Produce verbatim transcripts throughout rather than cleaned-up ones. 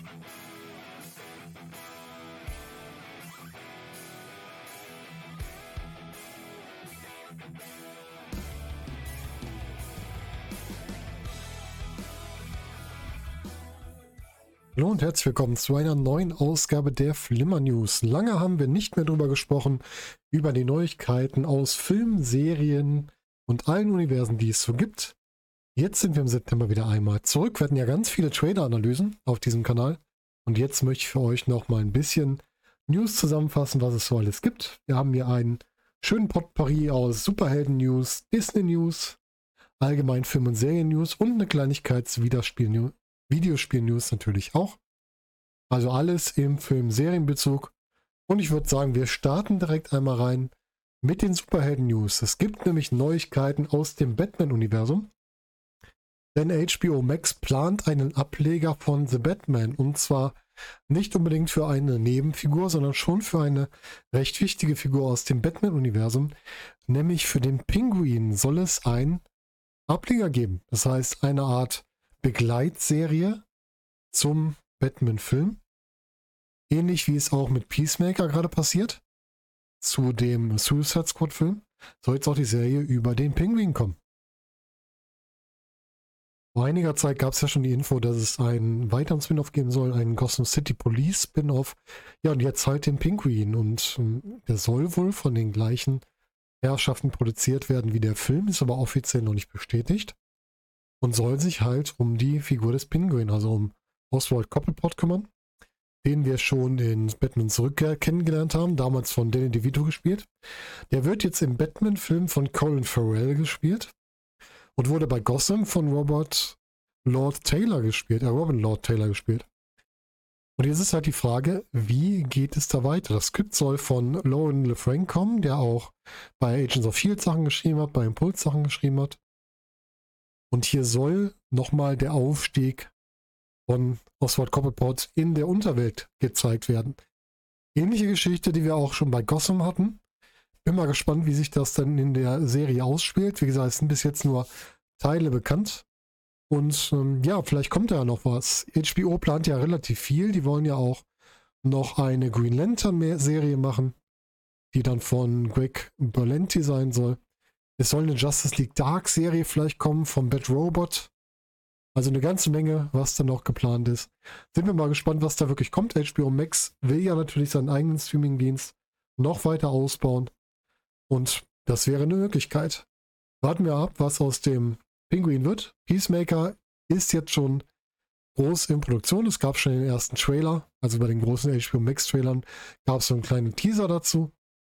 Hallo und herzlich willkommen zu einer neuen Ausgabe der Flimmer News. Lange haben wir nicht mehr drüber gesprochen, über die Neuigkeiten aus Filmen, Serien und allen Universen, die es so gibt. Jetzt sind wir im September wieder einmal zurück. Wir hatten ja ganz viele Trailer-Analysen auf diesem Kanal. Und jetzt möchte ich für euch noch mal ein bisschen News zusammenfassen, was es so alles gibt. Wir haben hier einen schönen Potpourri aus Superhelden-News, Disney-News, allgemein Film- und Serien-News und eine Kleinigkeits-Videospiel-News. Videospiel-News natürlich auch. Also alles im Film-Serien-Bezug. Und ich würde sagen, wir starten direkt einmal rein mit den Superhelden-News. Es gibt nämlich Neuigkeiten aus dem Batman-Universum. Denn H B O Max plant einen Ableger von The Batman. Und zwar nicht unbedingt für eine Nebenfigur, sondern schon für eine recht wichtige Figur aus dem Batman-Universum. Nämlich für den Pinguin soll es einen Ableger geben. Das heißt, eine Art Begleitserie zum Batman-Film. Ähnlich wie es auch mit Peacemaker gerade passiert. Zu dem Suicide Squad-Film soll jetzt auch die Serie über den Pinguin kommen. Vor einiger Zeit gab es ja schon die Info, dass es einen weiteren Spin-off geben soll, einen Gotham City Police Spin-off. Ja, und jetzt halt den Pinguin. Und ähm, der soll wohl von den gleichen Herrschaften produziert werden wie der Film, ist aber offiziell noch nicht bestätigt. Und soll sich halt um die Figur des Pinguin, also um Oswald Cobblepot kümmern, den wir schon in Batman Rückkehr kennengelernt haben, damals von Danny DeVito gespielt. Der wird jetzt im Batman-Film von Colin Farrell gespielt und wurde bei Gotham von Robert Lord Taylor gespielt, äh, Robin Lord Taylor gespielt. Und jetzt ist halt die Frage, wie geht es da weiter? Das Skript soll von Lauren LeFranc kommen, der auch bei Agents of Shield Sachen geschrieben hat, bei Impulse Sachen geschrieben hat. Und hier soll nochmal der Aufstieg von Oswald Cobblepot in der Unterwelt gezeigt werden. Ähnliche Geschichte, die wir auch schon bei Gotham hatten. Bin mal gespannt, wie sich das dann in der Serie ausspielt. Wie gesagt, es sind bis jetzt nur Teile bekannt. Und ähm, ja, vielleicht kommt da ja noch was. H B O plant ja relativ viel. Die wollen ja auch noch eine Green Lantern-Serie machen, die dann von Greg Berlanti sein soll. Es soll eine Justice League Dark Serie vielleicht kommen vom Bat Robot. Also eine ganze Menge, was da noch geplant ist. Sind wir mal gespannt, was da wirklich kommt. H B O Max will ja natürlich seinen eigenen Streamingdienst noch weiter ausbauen. Und das wäre eine Möglichkeit. Warten wir ab, was aus dem Pinguin wird. Peacemaker ist jetzt schon groß in Produktion. Es gab schon den ersten Trailer. Also bei den großen H B O Max Trailern gab es so einen kleinen Teaser dazu.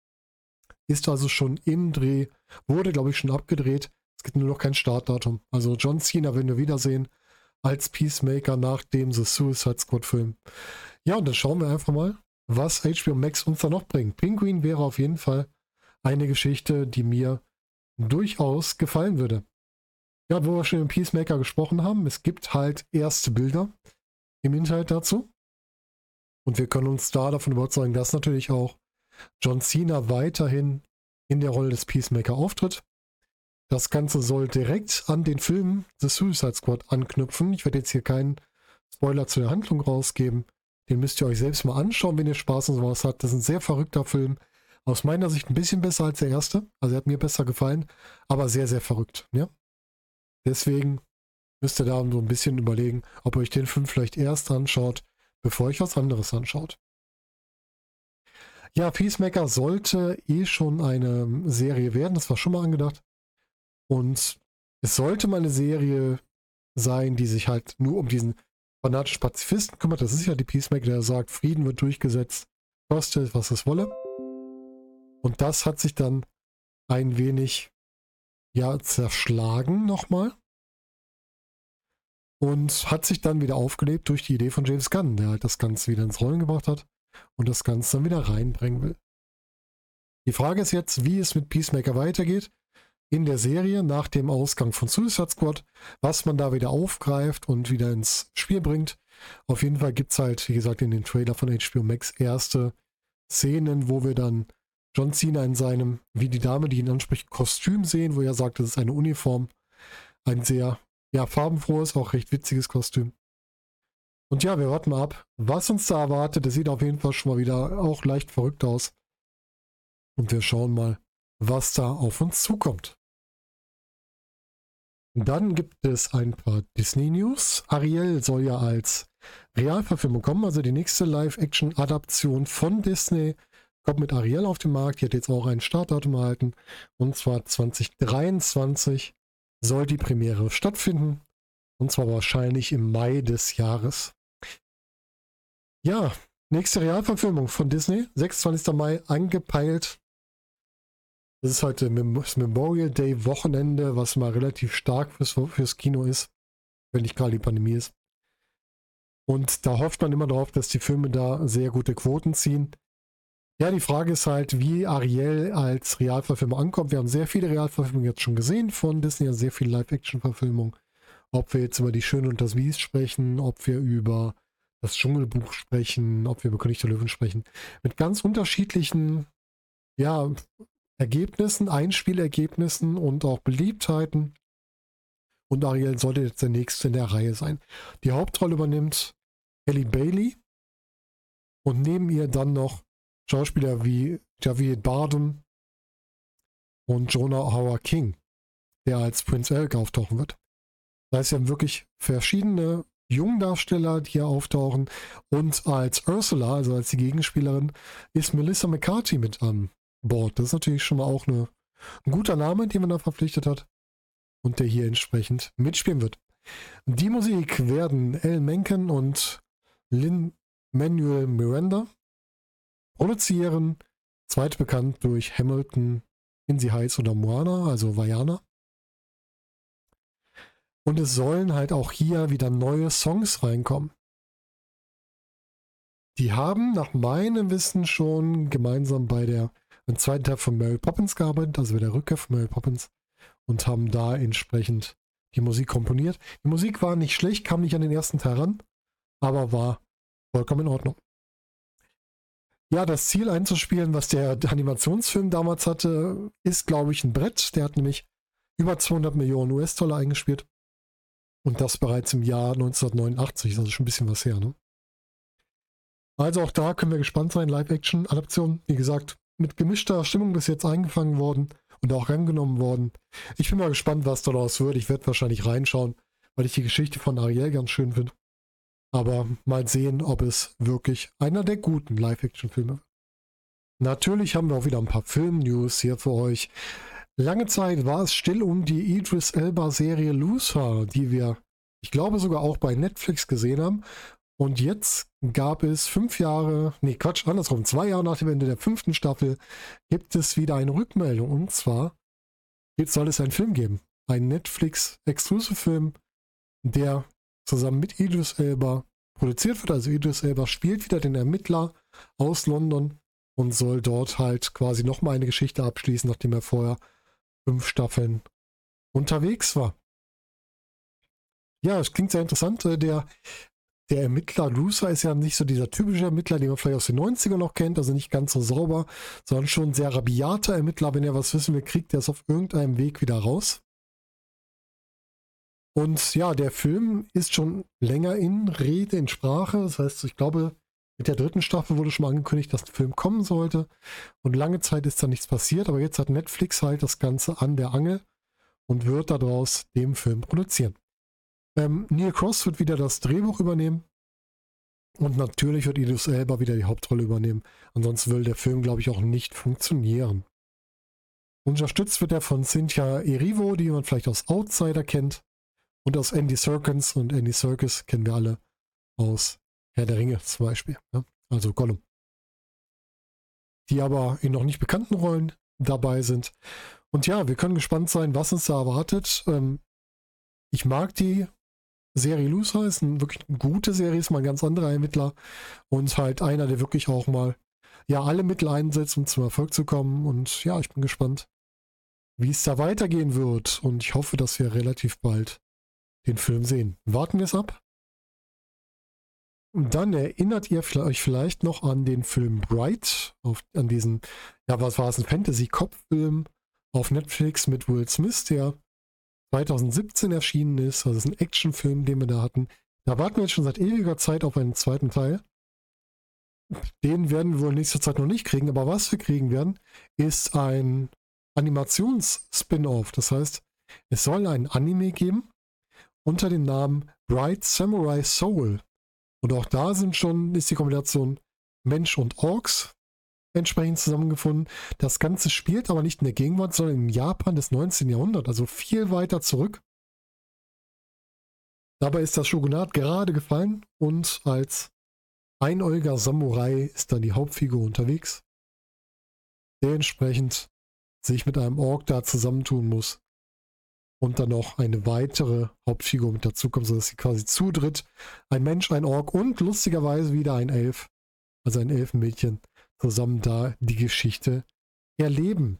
Ist also schon im Dreh, wurde glaube ich schon abgedreht. Es gibt nur noch kein Startdatum. Also John Cena werden wir wiedersehen als Peacemaker nach dem The Suicide Squad Film. Ja, und dann schauen wir einfach mal, was H B O Max uns da noch bringt. Pinguin wäre auf jeden Fall eine Geschichte, die mir durchaus gefallen würde. Ja, wo wir schon über Peacemaker gesprochen haben, es gibt halt erste Bilder im Internet dazu. Und wir können uns da davon überzeugen, dass natürlich auch John Cena weiterhin in der Rolle des Peacemaker auftritt. Das Ganze soll direkt an den Film The Suicide Squad anknüpfen. Ich werde jetzt hier keinen Spoiler zu der Handlung rausgeben. Den müsst ihr euch selbst mal anschauen, wenn ihr Spaß an sowas habt. Das ist ein sehr verrückter Film. Aus meiner Sicht ein bisschen besser als der erste. Also er hat mir besser gefallen, aber sehr, sehr verrückt. Ja? Deswegen müsst ihr da so ein bisschen überlegen, ob ihr euch den Film vielleicht erst anschaut, bevor ihr euch was anderes anschaut. Ja, Peacemaker sollte eh schon eine Serie werden, das war schon mal angedacht. Und es sollte mal eine Serie sein, die sich halt nur um diesen fanatischen Pazifisten kümmert. Das ist ja die Peacemaker, der sagt, Frieden wird durchgesetzt, kostet, was es wolle. Und das hat sich dann ein wenig, ja, zerschlagen nochmal. Und hat sich dann wieder aufgelebt durch die Idee von James Gunn, der halt das Ganze wieder ins Rollen gebracht hat und das Ganze dann wieder reinbringen will. Die Frage ist jetzt, wie es mit Peacemaker weitergeht in der Serie nach dem Ausgang von Suicide Squad, was man da wieder aufgreift und wieder ins Spiel bringt. Auf jeden Fall gibt es halt, wie gesagt, in den Trailer von H B O Max erste Szenen, wo wir dann John Cena in seinem, wie die Dame, die ihn anspricht, Kostüm sehen, wo er sagt, das ist eine Uniform. Ein sehr, ja, farbenfrohes, auch recht witziges Kostüm. Und ja, wir warten mal ab, was uns da erwartet. Es sieht auf jeden Fall schon mal wieder auch leicht verrückt aus. Und wir schauen mal, was da auf uns zukommt. Dann gibt es ein paar Disney-News. Ariel soll ja als Realverfilmung kommen, also die nächste Live-Action-Adaption von Disney kommt mit Ariel auf den Markt. Die hat jetzt auch ein Startdatum erhalten. Und zwar zwanzig dreiundzwanzig soll die Premiere stattfinden. Und zwar wahrscheinlich im Mai des Jahres. Ja, nächste Realverfilmung von Disney, sechsundzwanzigster Mai angepeilt. Das ist heute das Memorial Day Wochenende, was mal relativ stark fürs, fürs Kino ist, wenn nicht gerade die Pandemie ist. Und da hofft man immer darauf, dass die Filme da sehr gute Quoten ziehen. Ja, die Frage ist halt, wie Ariel als Realverfilmung ankommt. Wir haben sehr viele Realverfilmungen jetzt schon gesehen von Disney, also sehr viele Live-Action-Verfilmungen. Ob wir jetzt über Die Schöne und das Biest sprechen, ob wir über das Dschungelbuch sprechen, ob wir über König der Löwen sprechen. Mit ganz unterschiedlichen, ja, Ergebnissen, Einspielergebnissen und auch Beliebtheiten. Und Ariel sollte jetzt der nächste in der Reihe sein. Die Hauptrolle übernimmt Halle Bailey und neben ihr dann noch Schauspieler wie Javier Bardem und Jonah Hauer King, der als Prinz Eric auftauchen wird. Da ist ja wirklich verschiedene Jungdarsteller, die hier auftauchen. Und als Ursula, also als die Gegenspielerin, ist Melissa McCarthy mit an Bord. Das ist natürlich schon mal auch eine, ein guter Name, den man da verpflichtet hat und der hier entsprechend mitspielen wird. Die Musik werden Alan Menken und Lin-Manuel Miranda produzieren, zweit bekannt durch Hamilton, In Sie Heights oder Moana, also Vaiana. Und es sollen halt auch hier wieder neue Songs reinkommen. Die haben nach meinem Wissen schon gemeinsam bei der im zweiten Teil von Mary Poppins gearbeitet, also bei der Rückkehr von Mary Poppins, und haben da entsprechend die Musik komponiert. Die Musik war nicht schlecht, kam nicht an den ersten Teil ran, aber war vollkommen in Ordnung. Ja, das Ziel einzuspielen, was der Animationsfilm damals hatte, ist, glaube ich, ein Brett. Der hat nämlich über zweihundert Millionen U S-Dollar eingespielt. Und das bereits im Jahr neunzehnhundertneunundachtzig, also schon ein bisschen was her, ne? Also auch da können wir gespannt sein. Live-Action-Adaption, wie gesagt, mit gemischter Stimmung bis jetzt eingefangen worden und auch angenommen worden. Ich bin mal gespannt, was daraus wird. Ich werde wahrscheinlich reinschauen, weil ich die Geschichte von Ariel ganz schön finde. Aber mal sehen, ob es wirklich einer der guten Live-Action-Filme wird. Natürlich haben wir auch wieder ein paar Film-News hier für euch. Lange Zeit war es still um die Idris Elba-Serie Lucifer, die wir, ich glaube, sogar auch bei Netflix gesehen haben. Und jetzt gab es fünf Jahre, nee Quatsch, andersrum, zwei Jahre nach dem Ende der fünften Staffel gibt es wieder eine Rückmeldung. Und zwar jetzt soll es einen Film geben. Einen Netflix-Exclusive-Film, der zusammen mit Idris Elba produziert wird. Also Idris Elba spielt wieder den Ermittler aus London und soll dort halt quasi nochmal eine Geschichte abschließen, nachdem er vorher fünf Staffeln unterwegs war. Ja, es klingt sehr interessant. Der Der Ermittler Lucifer ist ja nicht so dieser typische Ermittler, den man vielleicht aus den neunzigern noch kennt, also nicht ganz so sauber, sondern schon ein sehr rabiater Ermittler. Wenn er was wissen will, kriegt er es auf irgendeinem Weg wieder raus. Und ja, der Film ist schon länger in Rede, in Sprache. Das heißt, ich glaube, mit der dritten Staffel wurde schon mal angekündigt, dass der Film kommen sollte. Und lange Zeit ist da nichts passiert, aber jetzt hat Netflix halt das Ganze an der Angel und wird daraus den Film produzieren. Ähm, Neil Cross wird wieder das Drehbuch übernehmen und natürlich wird Idris Elba wieder die Hauptrolle übernehmen. Ansonsten will der Film, glaube ich, auch nicht funktionieren. Unterstützt wird er von Cynthia Erivo, die man vielleicht aus Outsider kennt, und aus Andy Serkis. Und Andy Serkis kennen wir alle aus Herr der Ringe zum Beispiel, ne? Also Gollum. Die aber in noch nicht bekannten Rollen dabei sind. Und ja, wir können gespannt sein, was uns da erwartet. Ähm, ich mag die Serie Lucifer, ist eine wirklich gute Serie, ist mal ein ganz anderer Ermittler und halt einer, der wirklich auch mal ja alle Mittel einsetzt, um zum Erfolg zu kommen. Und ja, ich bin gespannt, wie es da weitergehen wird. Und ich hoffe, dass wir relativ bald den Film sehen. Warten wir es ab. Und dann erinnert ihr euch vielleicht noch an den Film Bright, auf, an diesen, ja, was war es, ein Fantasy-Kopffilm auf Netflix mit Will Smith, der zwanzig siebzehn erschienen ist. Also es ist ein Actionfilm, den wir da hatten. Da warten wir jetzt schon seit ewiger Zeit auf einen zweiten Teil. Den werden wir wohl in nächster Zeit noch nicht kriegen, aber was wir kriegen werden, ist ein Animations-Spin-Off. Das heißt, es soll ein Anime geben unter dem Namen Bright Samurai Soul. Und auch da sind schon, ist die Kombination Mensch und Orks entsprechend zusammengefunden. Das Ganze spielt aber nicht in der Gegenwart, sondern in Japan des neunzehnten. Jahrhunderts, also viel weiter zurück. Dabei ist das Shogunat gerade gefallen und als einäugiger Samurai ist dann die Hauptfigur unterwegs, der entsprechend sich mit einem Ork da zusammentun muss und dann noch eine weitere Hauptfigur mit dazukommt, sodass sie quasi zu dritt, ein Mensch, ein Ork und lustigerweise wieder ein Elf, also ein Elfenmädchen, zusammen da die Geschichte erleben.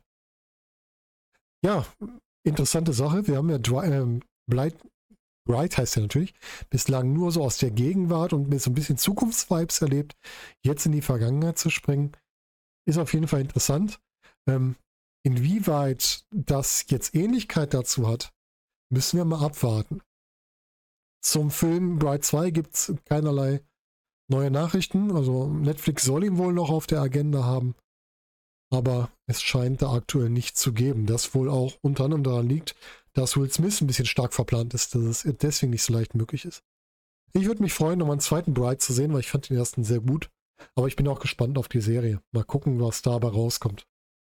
Ja, interessante Sache. Wir haben ja Dry, ähm, Blight, Bright heißt ja natürlich, bislang nur so aus der Gegenwart und mit so ein bisschen Zukunftsvibes erlebt. Jetzt in die Vergangenheit zu springen, ist auf jeden Fall interessant. Ähm, inwieweit das jetzt Ähnlichkeit dazu hat, müssen wir mal abwarten. Zum Film Bright zwei gibt es keinerlei neue Nachrichten. Also Netflix soll ihn wohl noch auf der Agenda haben, aber es scheint da aktuell nicht zu geben. Das wohl auch unter anderem daran liegt, dass Will Smith ein bisschen stark verplant ist, dass es deswegen nicht so leicht möglich ist. Ich würde mich freuen, nochmal einen zweiten Bright zu sehen, weil ich fand den ersten sehr gut. Aber ich bin auch gespannt auf die Serie. Mal gucken, was dabei rauskommt.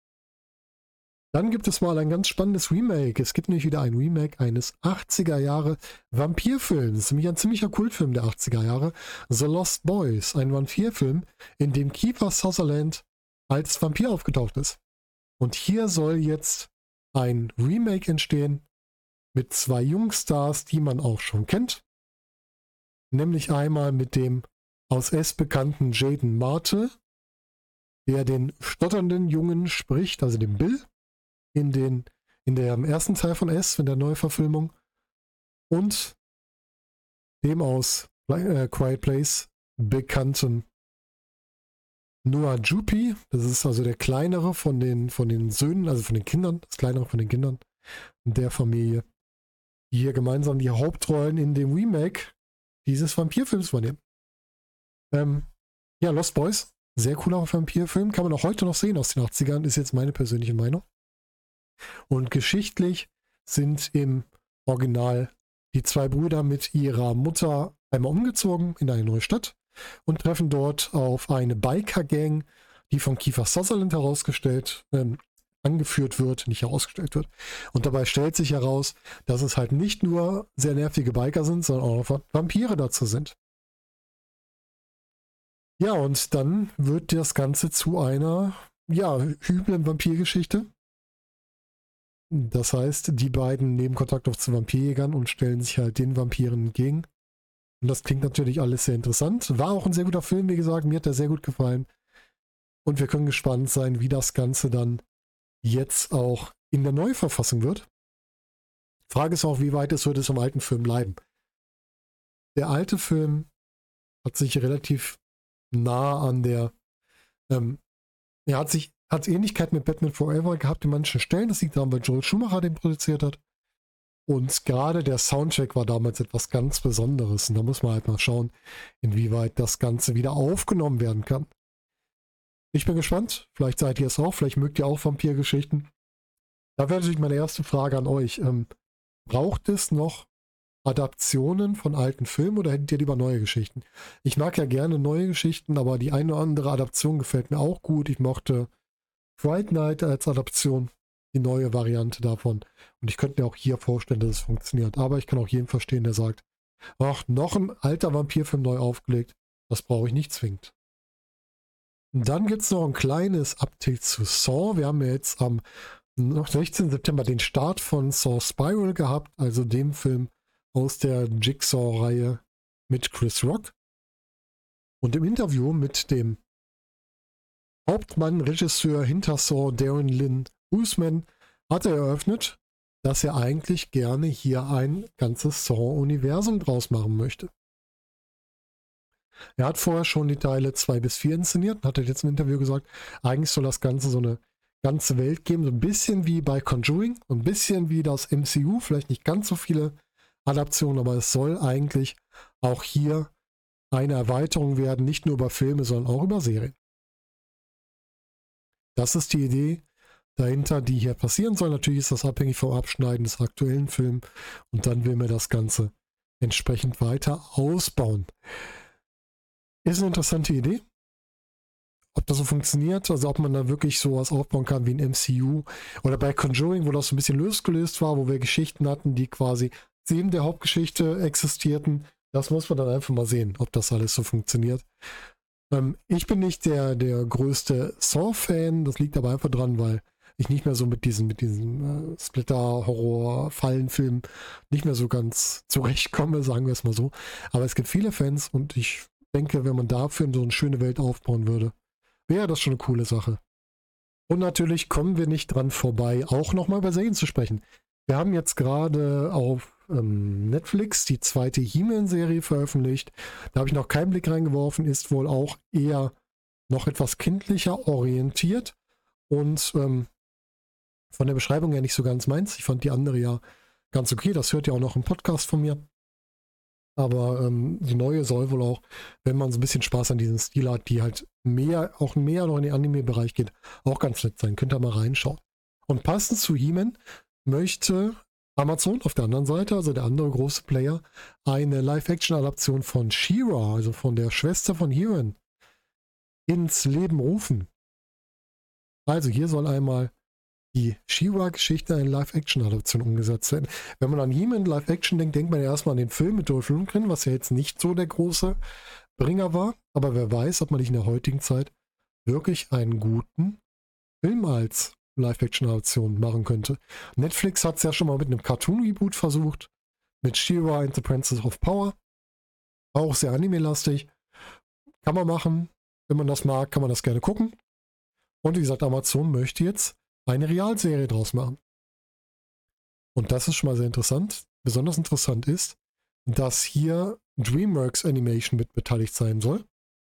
Dann gibt es mal ein ganz spannendes Remake. Es gibt nämlich wieder ein Remake eines achtziger Jahre Vampirfilms. Nämlich ein ziemlicher Kultfilm der achtziger Jahre. The Lost Boys. Ein Vampirfilm, in dem Kiefer Sutherland als Vampir aufgetaucht ist. Und hier soll jetzt ein Remake entstehen mit zwei Jungstars, die man auch schon kennt. Nämlich einmal mit dem aus S bekannten Jaden Martell, der den stotternden Jungen spricht, also den Bill, in, den, in dem ersten Teil von S, in der Neuverfilmung. Und dem aus äh, Quiet Place bekannten Noah Jupe, das ist also der kleinere von den, von den Söhnen, also von den Kindern, das kleinere von den Kindern der Familie, die hier gemeinsam die Hauptrollen in dem Remake dieses Vampirfilms übernehmen. Ähm, ja, Lost Boys, sehr cooler Vampirfilm, kann man auch heute noch sehen aus den achtzigern, ist jetzt meine persönliche Meinung. Und geschichtlich sind im Original die zwei Brüder mit ihrer Mutter einmal umgezogen in eine neue Stadt und treffen dort auf eine Biker-Gang, die von Kiefer Sutherland herausgestellt, ähm, angeführt wird, nicht herausgestellt wird. Und dabei stellt sich heraus, dass es halt nicht nur sehr nervige Biker sind, sondern auch noch Vampire dazu sind. Ja, und dann wird das Ganze zu einer, ja, üblen Vampirgeschichte. Das heißt, die beiden nehmen Kontakt auf zu Vampirjägern und stellen sich halt den Vampiren entgegen. Und das klingt natürlich alles sehr interessant. War auch ein sehr guter Film, wie gesagt, mir hat der sehr gut gefallen. Und wir können gespannt sein, wie das Ganze dann jetzt auch in der Neuverfassung wird. Frage ist auch, wie weit es wird es im alten Film bleiben. Der alte Film hat sich relativ nah an der, ähm, er hat sich, hat Ähnlichkeit mit Batman Forever gehabt in manchen Stellen. Das liegt daran, weil Joel Schumacher den produziert hat. Und gerade der Soundtrack war damals etwas ganz Besonderes. Und da muss man halt mal schauen, inwieweit das Ganze wieder aufgenommen werden kann. Ich bin gespannt. Vielleicht seid ihr es auch. Vielleicht mögt ihr auch Vampirgeschichten. Da wäre natürlich meine erste Frage an euch. Ähm, braucht es noch Adaptionen von alten Filmen oder hättet ihr lieber neue Geschichten? Ich mag ja gerne neue Geschichten, aber die eine oder andere Adaption gefällt mir auch gut. Ich mochte Fright Night als Adaption, die neue Variante davon. Und ich könnte mir auch hier vorstellen, dass es funktioniert. Aber ich kann auch jeden verstehen, der sagt, ach, noch ein alter Vampirfilm neu aufgelegt. Das brauche ich nicht zwingend. Und dann gibt es noch ein kleines Update zu Saw. Wir haben ja jetzt am sechzehnten September den Start von Saw Spiral gehabt, also dem Film aus der Jigsaw-Reihe mit Chris Rock. Und im Interview mit dem Hauptmann, Regisseur hinter Saw, Darren Lynn Bousman, hat er eröffnet, dass er eigentlich gerne hier ein ganzes Saw-Universum draus machen möchte. Er hat vorher schon die Teile zwei bis vier inszeniert und hat jetzt im Interview gesagt, eigentlich soll das Ganze so eine ganze Welt geben, so ein bisschen wie bei Conjuring, so ein bisschen wie das M C U, vielleicht nicht ganz so viele Adaptionen, aber es soll eigentlich auch hier eine Erweiterung werden, nicht nur über Filme, sondern auch über Serien. Das ist die Idee dahinter, die hier passieren soll. Natürlich ist das abhängig vom Abschneiden des aktuellen Films und dann will man das Ganze entsprechend weiter ausbauen. Ist eine interessante Idee. Ob das so funktioniert, also ob man da wirklich sowas aufbauen kann wie ein M C U oder bei Conjuring, wo das so ein bisschen losgelöst war, wo wir Geschichten hatten, die quasi neben der Hauptgeschichte existierten. Das muss man dann einfach mal sehen, ob das alles so funktioniert. Ähm, ich bin nicht der, der größte Saw-Fan, das liegt aber einfach dran, weil ich nicht mehr so mit diesen, mit diesen äh, Splitter-Horror-Fallenfilmen nicht mehr so ganz zurechtkomme, sagen wir es mal so. Aber es gibt viele Fans und ich denke, wenn man dafür so eine schöne Welt aufbauen würde, wäre das schon eine coole Sache. Und natürlich kommen wir nicht dran vorbei, auch nochmal über Serien zu sprechen. Wir haben jetzt gerade auf ähm, Netflix die zweite He-Man-Serie veröffentlicht. Da habe ich noch keinen Blick reingeworfen, ist wohl auch eher noch etwas kindlicher orientiert und ähm, von der Beschreibung her nicht so ganz meins. Ich fand die andere ja ganz okay. Das hört ja auch noch im Podcast von mir. Aber ähm, die neue soll wohl auch, wenn man so ein bisschen Spaß an diesem Stil hat, die halt mehr, auch mehr noch in den Anime-Bereich geht, auch ganz nett sein. Könnt ihr mal reinschauen. Und passend zu He-Man möchte Amazon auf der anderen Seite, also der andere große Player, eine Live-Action-Adaption von She-Ra, also von der Schwester von He-Man, ins Leben rufen. Also hier soll einmal die She-Ra-Geschichte in Live-Action-Adaption umgesetzt werden. Wenn man an He-Man Live-Action denkt, denkt man ja erstmal an den Film mit Dolph Lundgren, was ja jetzt nicht so der große Bringer war. Aber wer weiß, ob man nicht in der heutigen Zeit wirklich einen guten Film als Live-Action-Adaption machen könnte. Netflix hat es ja schon mal mit einem Cartoon-Reboot versucht, mit She-Ra and the Princess of Power. Auch sehr anime-lastig. Kann man machen. Wenn man das mag, kann man das gerne gucken. Und wie gesagt, Amazon möchte jetzt eine Realserie draus machen. Und das ist schon mal sehr interessant. Besonders interessant ist, dass hier DreamWorks Animation mit beteiligt sein soll.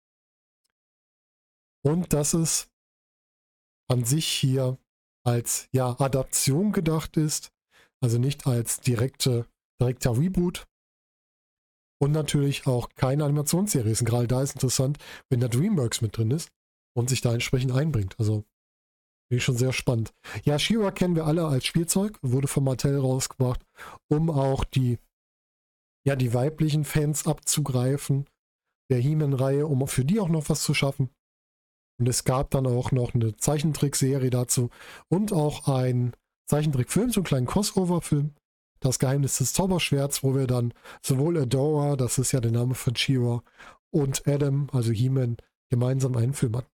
Und dass es an sich hier als ja, Adaption gedacht ist, also nicht als direkte, direkter Reboot. Und natürlich auch keine Animationsserie ist. Und gerade da ist interessant, wenn da DreamWorks mit drin ist und sich da entsprechend einbringt. Also finde ich schon sehr spannend. Ja, She-Ra kennen wir alle als Spielzeug, wurde von Mattel rausgebracht, um auch die, ja, die weiblichen Fans abzugreifen, der He-Man-Reihe, um für die auch noch was zu schaffen. Und es gab dann auch noch eine Zeichentrickserie dazu und auch ein Zeichentrickfilm, so einen kleinen Crossover-Film, Das Geheimnis des Zauberschwerts, wo wir dann sowohl Adora, das ist ja der Name von She-Ra, und Adam, also He-Man, gemeinsam einen Film hatten.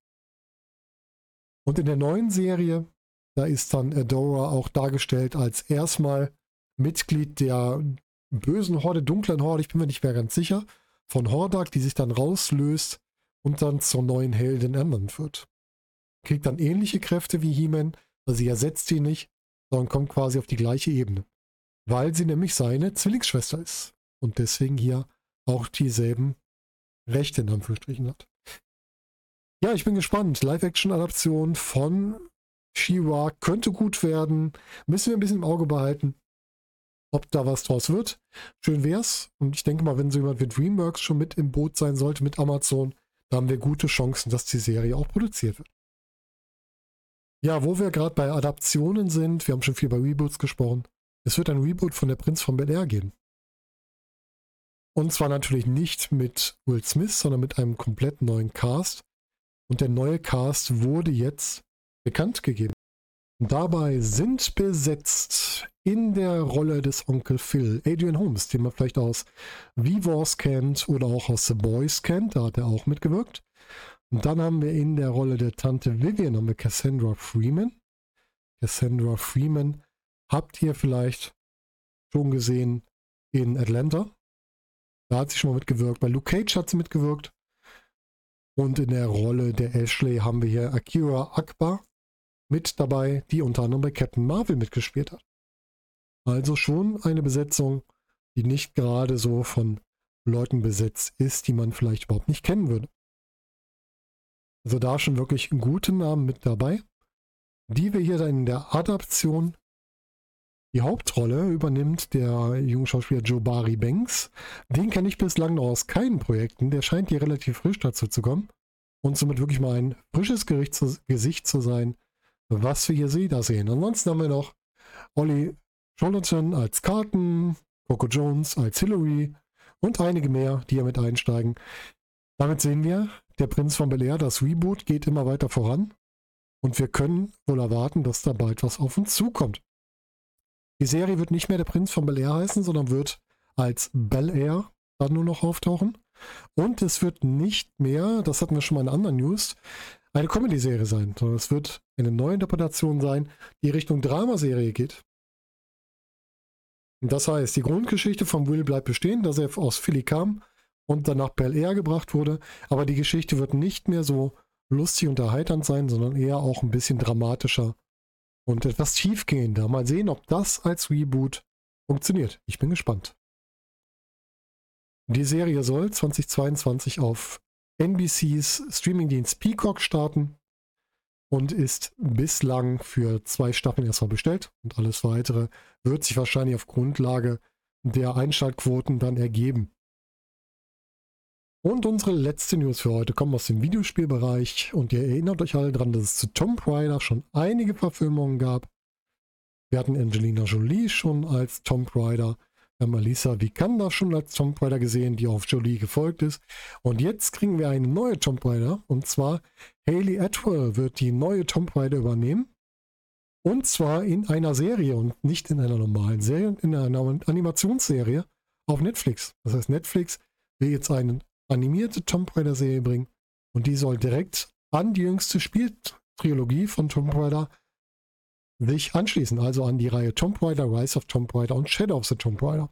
Und in der neuen Serie, da ist dann Adora auch dargestellt als erstmal Mitglied der bösen Horde, dunklen Horde, ich bin mir nicht mehr ganz sicher, von Hordak, die sich dann rauslöst und dann zur neuen Heldin ernannt wird. Kriegt dann ähnliche Kräfte wie He-Man, also sie ersetzt ihn nicht, sondern kommt quasi auf die gleiche Ebene. Weil sie nämlich seine Zwillingsschwester ist und deswegen hier auch dieselben Rechte in Anführungsstrichen hat. Ja, ich bin gespannt. Live-Action-Adaption von She-Ra könnte gut werden. Müssen wir ein bisschen im Auge behalten, ob da was draus wird. Schön wär's. Und ich denke mal, wenn so jemand wie DreamWorks schon mit im Boot sein sollte, mit Amazon, da haben wir gute Chancen, dass die Serie auch produziert wird. Ja, wo wir gerade bei Adaptionen sind, wir haben schon viel bei Reboots gesprochen. Es wird ein Reboot von Der Prinz von Bel-Air geben. Und zwar natürlich nicht mit Will Smith, sondern mit einem komplett neuen Cast. Und der neue Cast wurde jetzt bekannt gegeben. Und dabei sind besetzt in der Rolle des Onkel Phil Adrian Holmes, den man vielleicht aus V-Wars kennt oder auch aus The Boys kennt. Da hat er auch mitgewirkt. Und dann haben wir in der Rolle der Tante Vivian haben wir Cassandra Freeman. Cassandra Freeman habt ihr vielleicht schon gesehen in Atlanta. Da hat sie schon mal mitgewirkt. Bei Luke Cage hat sie mitgewirkt. Und in der Rolle der Ashley haben wir hier Akira Akbar mit dabei, die unter anderem bei Captain Marvel mitgespielt hat. Also schon eine Besetzung, die nicht gerade so von Leuten besetzt ist, die man vielleicht überhaupt nicht kennen würde. Also da schon wirklich gute Namen mit dabei, die wir hier dann in der Adaption Die Hauptrolle übernimmt der junge Schauspieler Jabari Banks. Den kenne ich bislang noch aus keinen Projekten. Der scheint hier relativ frisch dazu zu kommen. Und somit wirklich mal ein frisches Gericht zu, Gesicht zu sein, was wir hier da sehen. Ansonsten haben wir noch Ollie Jonathan als Carton, Coco Jones als Hillary und einige mehr, die hier mit einsteigen. Damit sehen wir, der Prinz von Bel-Air, das Reboot geht immer weiter voran. Und wir können wohl erwarten, dass da bald was auf uns zukommt. Die Serie wird nicht mehr der Prinz von Bel-Air heißen, sondern wird als Bel-Air dann nur noch auftauchen. Und es wird nicht mehr, das hatten wir schon mal in anderen News, eine Comedy-Serie sein, sondern es wird eine neue Interpretation sein, die Richtung Dramaserie geht. Und das heißt, die Grundgeschichte von Will bleibt bestehen, dass er aus Philly kam und dann nach Bel-Air gebracht wurde, aber die Geschichte wird nicht mehr so lustig und erheiternd sein, sondern eher auch ein bisschen dramatischer und etwas tiefgehender. Mal sehen, ob das als Reboot funktioniert. Ich bin gespannt. Die Serie soll zweitausendzweiundzwanzig auf N B Cs Streamingdienst Peacock starten und ist bislang für zwei Staffeln erstmal bestellt. Und alles weitere wird sich wahrscheinlich auf Grundlage der Einschaltquoten dann ergeben. Und unsere letzte News für heute kommt aus dem Videospielbereich. Und ihr erinnert euch alle daran, dass es zu Tomb Raider schon einige Verfilmungen gab. Wir hatten Angelina Jolie schon als Tomb Raider. Wir haben Alicia Vikander schon als Tomb Raider gesehen, die auf Jolie gefolgt ist. Und jetzt kriegen wir eine neue Tomb Raider. Und zwar Hayley Atwell wird die neue Tomb Raider übernehmen. Und zwar in einer Serie und nicht in einer normalen Serie, in einer Animationsserie auf Netflix. Das heißt, Netflix will jetzt eine animierte Tomb Raider Serie bringen. Und die soll direkt an die jüngste Spieltrilogie von Tomb Raider sich anschließen, also an die Reihe Tomb Raider, Rise of Tomb Raider und Shadow of the Tomb Raider.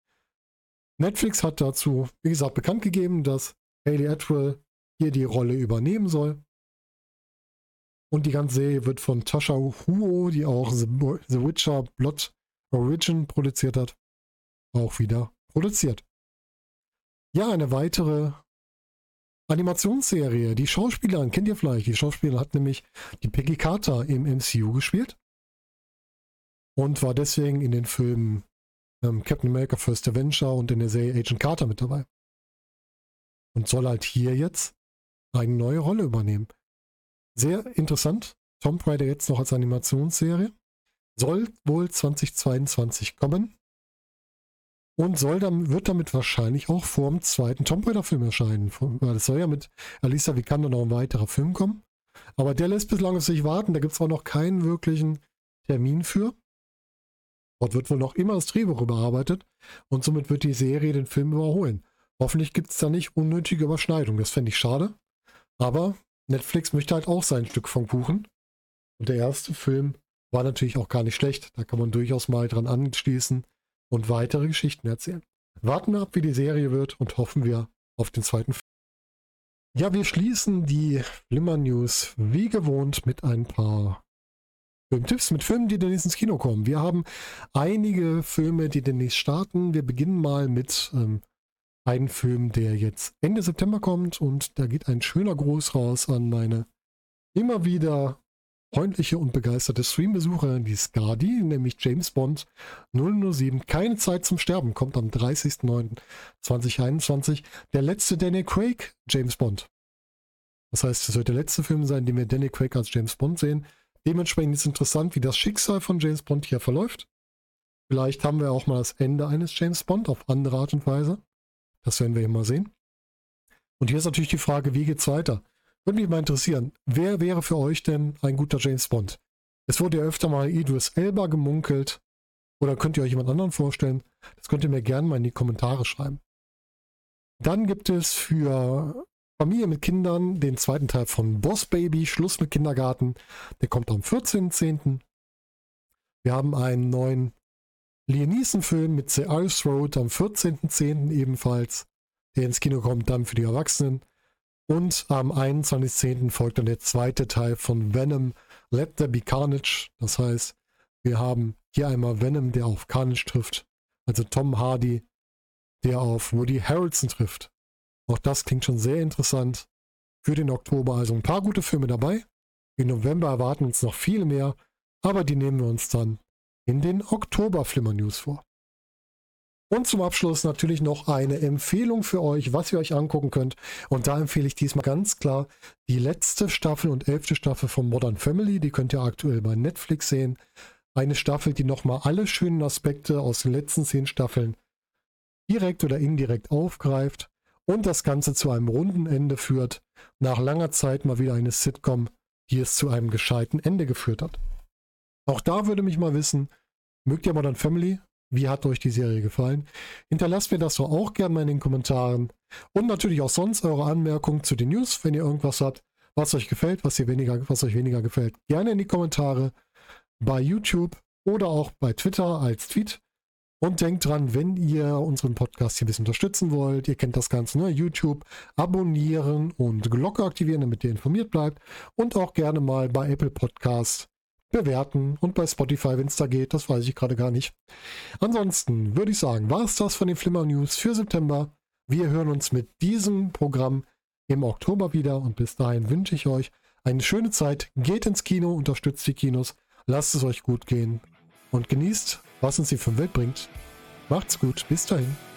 Netflix hat dazu, wie gesagt, bekannt gegeben, dass Hayley Atwell hier die Rolle übernehmen soll. Und die ganze Serie wird von Tasha Huo, die auch The, The Witcher Blood Origin produziert hat, auch wieder produziert. Ja, eine weitere Animationsserie. Die Schauspielerin, kennt ihr vielleicht, die Schauspielerin hat nämlich die Peggy Carter im M C U gespielt. Und war deswegen in den Filmen ähm, Captain America First Avenger und in der Serie Agent Carter mit dabei. Und soll halt hier jetzt eine neue Rolle übernehmen. Sehr interessant. Tomb Raider jetzt noch als Animationsserie. Soll wohl zweitausendzweiundzwanzig kommen. Und soll dann, wird damit wahrscheinlich auch vor dem zweiten Tomb Raider Film erscheinen. Weil es soll ja mit Alicia Vikander noch ein weiterer Film kommen. Aber der lässt bislang auf sich warten. Da gibt es auch noch keinen wirklichen Termin für. Dort wird wohl noch immer das Drehbuch überarbeitet. Und somit wird die Serie den Film überholen. Hoffentlich gibt es da nicht unnötige Überschneidungen. Das fände ich schade. Aber Netflix möchte halt auch sein Stück vom Kuchen. Und der erste Film war natürlich auch gar nicht schlecht. Da kann man durchaus mal dran anschließen und weitere Geschichten erzählen. Warten wir ab, wie die Serie wird und hoffen wir auf den zweiten Film. Ja, wir schließen die Flimmer News wie gewohnt mit ein paar Filmtipps, mit Filmen, die demnächst ins Kino kommen. Wir haben einige Filme, die demnächst starten. Wir beginnen mal mit ähm, einem Film, der jetzt Ende September kommt und da geht ein schöner Gruß raus an meine immer wieder freundliche und begeisterte Streambesucherin, die Skadi, nämlich James Bond null null sieben, Keine Zeit zum Sterben, kommt am dreißigsten neunten zweitausendeinundzwanzig. Der letzte Daniel Craig James Bond. Das heißt, es wird der letzte Film sein, den wir Daniel Craig als James Bond sehen. Dementsprechend ist es interessant, wie das Schicksal von James Bond hier verläuft. Vielleicht haben wir auch mal das Ende eines James Bond auf andere Art und Weise. Das werden wir immer sehen. Und hier ist natürlich die Frage, wie geht's weiter? Würde mich mal interessieren, wer wäre für euch denn ein guter James Bond? Es wurde ja öfter mal Idris Elba gemunkelt. Oder könnt ihr euch jemand anderen vorstellen? Das könnt ihr mir gerne mal in die Kommentare schreiben. Dann gibt es für Familie mit Kindern den zweiten Teil von Boss Baby, Schluss mit Kindergarten. Der kommt am vierzehnten zehnten Wir haben einen neuen Liam Neeson-Film mit The Ice Road am vierzehnten zehnten ebenfalls, der ins Kino kommt, dann für die Erwachsenen. Und am einundzwanzigsten zehnten folgt dann der zweite Teil von Venom, Let There Be Carnage. Das heißt, wir haben hier einmal Venom, der auf Carnage trifft, also Tom Hardy, der auf Woody Harrelson trifft. Auch das klingt schon sehr interessant für den Oktober. Also ein paar gute Filme dabei. Im November erwarten uns noch viel mehr, aber die nehmen wir uns dann in den Oktober-Flimmer-News vor. Und zum Abschluss natürlich noch eine Empfehlung für euch, was ihr euch angucken könnt. Und da empfehle ich diesmal ganz klar die letzte Staffel und elfte Staffel von Modern Family. Die könnt ihr aktuell bei Netflix sehen. Eine Staffel, die nochmal alle schönen Aspekte aus den letzten zehn Staffeln direkt oder indirekt aufgreift und das Ganze zu einem runden Ende führt. Nach langer Zeit mal wieder eine Sitcom, die es zu einem gescheiten Ende geführt hat. Auch da würde mich mal wissen, mögt ihr Modern Family? Wie hat euch die Serie gefallen? Hinterlasst mir das doch auch gerne mal in den Kommentaren. Und natürlich auch sonst eure Anmerkungen zu den News, wenn ihr irgendwas habt, was euch gefällt, was, ihr weniger, was euch weniger gefällt. Gerne in die Kommentare bei YouTube oder auch bei Twitter als Tweet. Und denkt dran, wenn ihr unseren Podcast hier ein bisschen unterstützen wollt, ihr kennt das Ganze, ne? YouTube abonnieren und Glocke aktivieren, damit ihr informiert bleibt. Und auch gerne mal bei Apple Podcasts bewerten und bei Spotify, wenn es da geht, das weiß ich gerade gar nicht. Ansonsten würde ich sagen, war es das von den Flimmer News für September. Wir hören uns mit diesem Programm im Oktober wieder und bis dahin wünsche ich euch eine schöne Zeit. Geht ins Kino, unterstützt die Kinos, lasst es euch gut gehen und genießt, was uns die Welt bringt. Macht's gut, bis dahin.